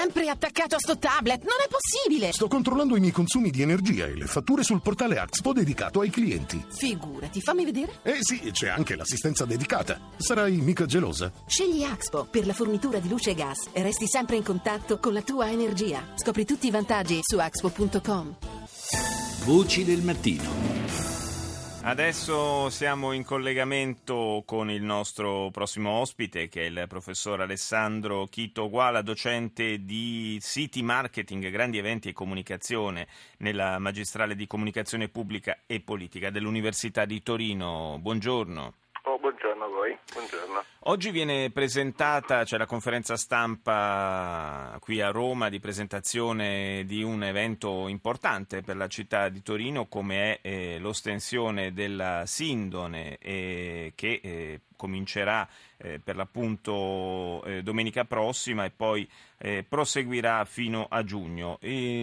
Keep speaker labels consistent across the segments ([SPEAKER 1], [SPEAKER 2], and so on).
[SPEAKER 1] sempre attaccato a sto tablet, non è possibile!
[SPEAKER 2] Sto controllando i miei consumi di energia e le fatture sul portale Axpo dedicato ai clienti.
[SPEAKER 1] Figurati, fammi vedere.
[SPEAKER 2] Sì, c'è anche l'assistenza dedicata. Sarai mica gelosa?
[SPEAKER 1] Scegli Axpo per la fornitura di luce e gas e resti sempre in contatto con la tua energia. Scopri tutti i vantaggi su axpo.com.
[SPEAKER 3] Voci del mattino.
[SPEAKER 4] Adesso siamo in collegamento con il nostro prossimo ospite, che è il professor Alessandro Chito Guala, docente di City Marketing, grandi eventi e comunicazione nella magistrale di comunicazione pubblica e politica dell'Università di Torino. Buongiorno.
[SPEAKER 5] Buongiorno a voi, buongiorno.
[SPEAKER 4] Oggi viene presentata, c'è la conferenza stampa qui a Roma di presentazione di un evento importante per la città di Torino, come è l'ostensione della Sindone, che comincerà per l'appunto domenica prossima e poi proseguirà fino a giugno.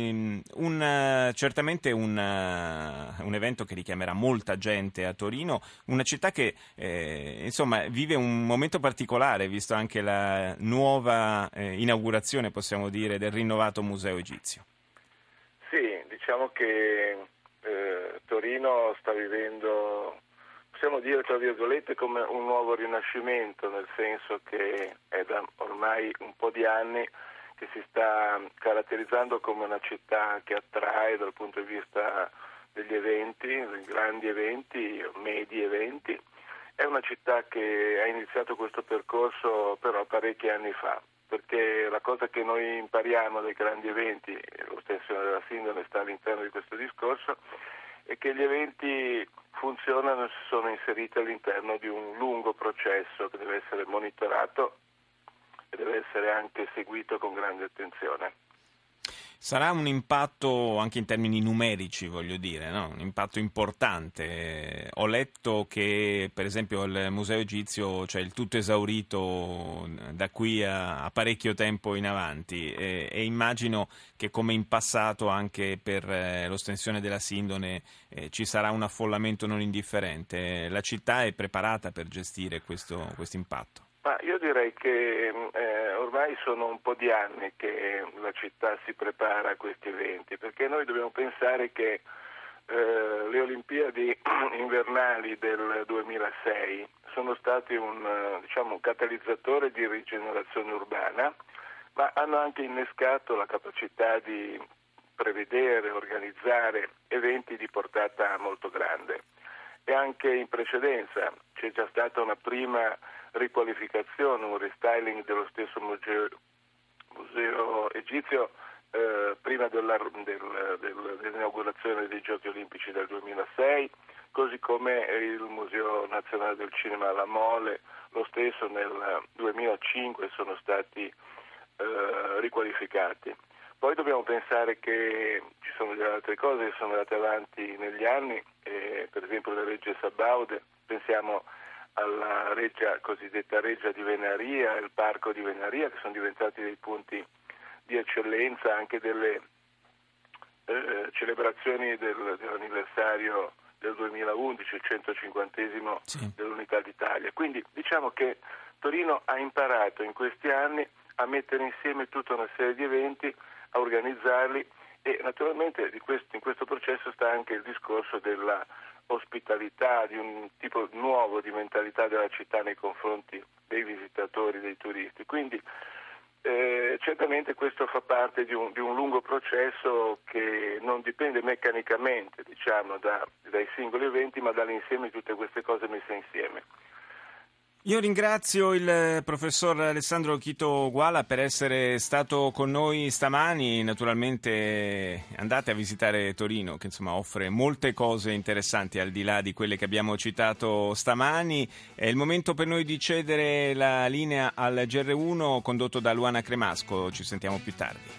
[SPEAKER 4] Certamente un evento che richiamerà molta gente a Torino, una città che insomma vive un momento particolare, visto anche la nuova inaugurazione, possiamo dire, del rinnovato Museo Egizio.
[SPEAKER 5] Sì, diciamo che Torino sta vivendo, possiamo dire tra virgolette, come un nuovo rinascimento, nel senso che è da ormai un po' di anni che si sta caratterizzando come una città che attrae dal punto di vista degli eventi, grandi eventi, medi eventi. È una città che ha iniziato questo percorso però parecchi anni fa, perché la cosa che noi impariamo dai grandi eventi, l'ostensione della Sindone sta all'interno di questo discorso, è che gli eventi funzionano e sono inseriti all'interno di un lungo processo che deve essere monitorato e deve essere anche seguito con grande attenzione.
[SPEAKER 4] Sarà un impatto anche in termini numerici, voglio dire, no? Un impatto importante. Ho letto che, per esempio, il Museo Egizio c'è il tutto esaurito da qui a parecchio tempo in avanti e immagino che, come in passato, anche per l'ostensione della Sindone ci sarà un affollamento non indifferente. La città è preparata per gestire questo impatto?
[SPEAKER 5] Ma io direi che ormai sono un po' di anni che la città si prepara a questi eventi, perché noi dobbiamo pensare che le Olimpiadi invernali del 2006 sono stati un catalizzatore di rigenerazione urbana, ma hanno anche innescato la capacità di prevedere, organizzare eventi di portata molto grande. E anche in precedenza c'è già stata una prima riqualificazione, un restyling dello stesso museo egizio prima dell'inaugurazione dei Giochi Olimpici del 2006, così come il Museo Nazionale del Cinema alla Mole, lo stesso nel 2005 sono stati riqualificati. Poi dobbiamo pensare che ci sono delle altre cose che sono andate avanti negli anni, per esempio la Reggia Sabaude, pensiamo alla cosiddetta Reggia di Venaria, il Parco di Venaria, che sono diventati dei punti di eccellenza anche delle celebrazioni dell'anniversario del 2011, il 150esimo dell'Unità d'Italia. Quindi diciamo che Torino ha imparato in questi anni a mettere insieme tutta una serie di eventi, a organizzarli, e naturalmente in questo processo sta anche il discorso della ospitalità, di un tipo nuovo di mentalità della città nei confronti dei visitatori, dei turisti. Quindi certamente questo fa parte di un lungo processo che non dipende meccanicamente, dai singoli eventi, ma dall'insieme di tutte queste cose messe insieme.
[SPEAKER 4] Io ringrazio il professor Alessandro Chito Guala per essere stato con noi stamani. Naturalmente andate a visitare Torino, che insomma offre molte cose interessanti al di là di quelle che abbiamo citato stamani. È il momento per noi di cedere la linea al GR1 condotto da Luana Cremasco. Ci sentiamo più tardi.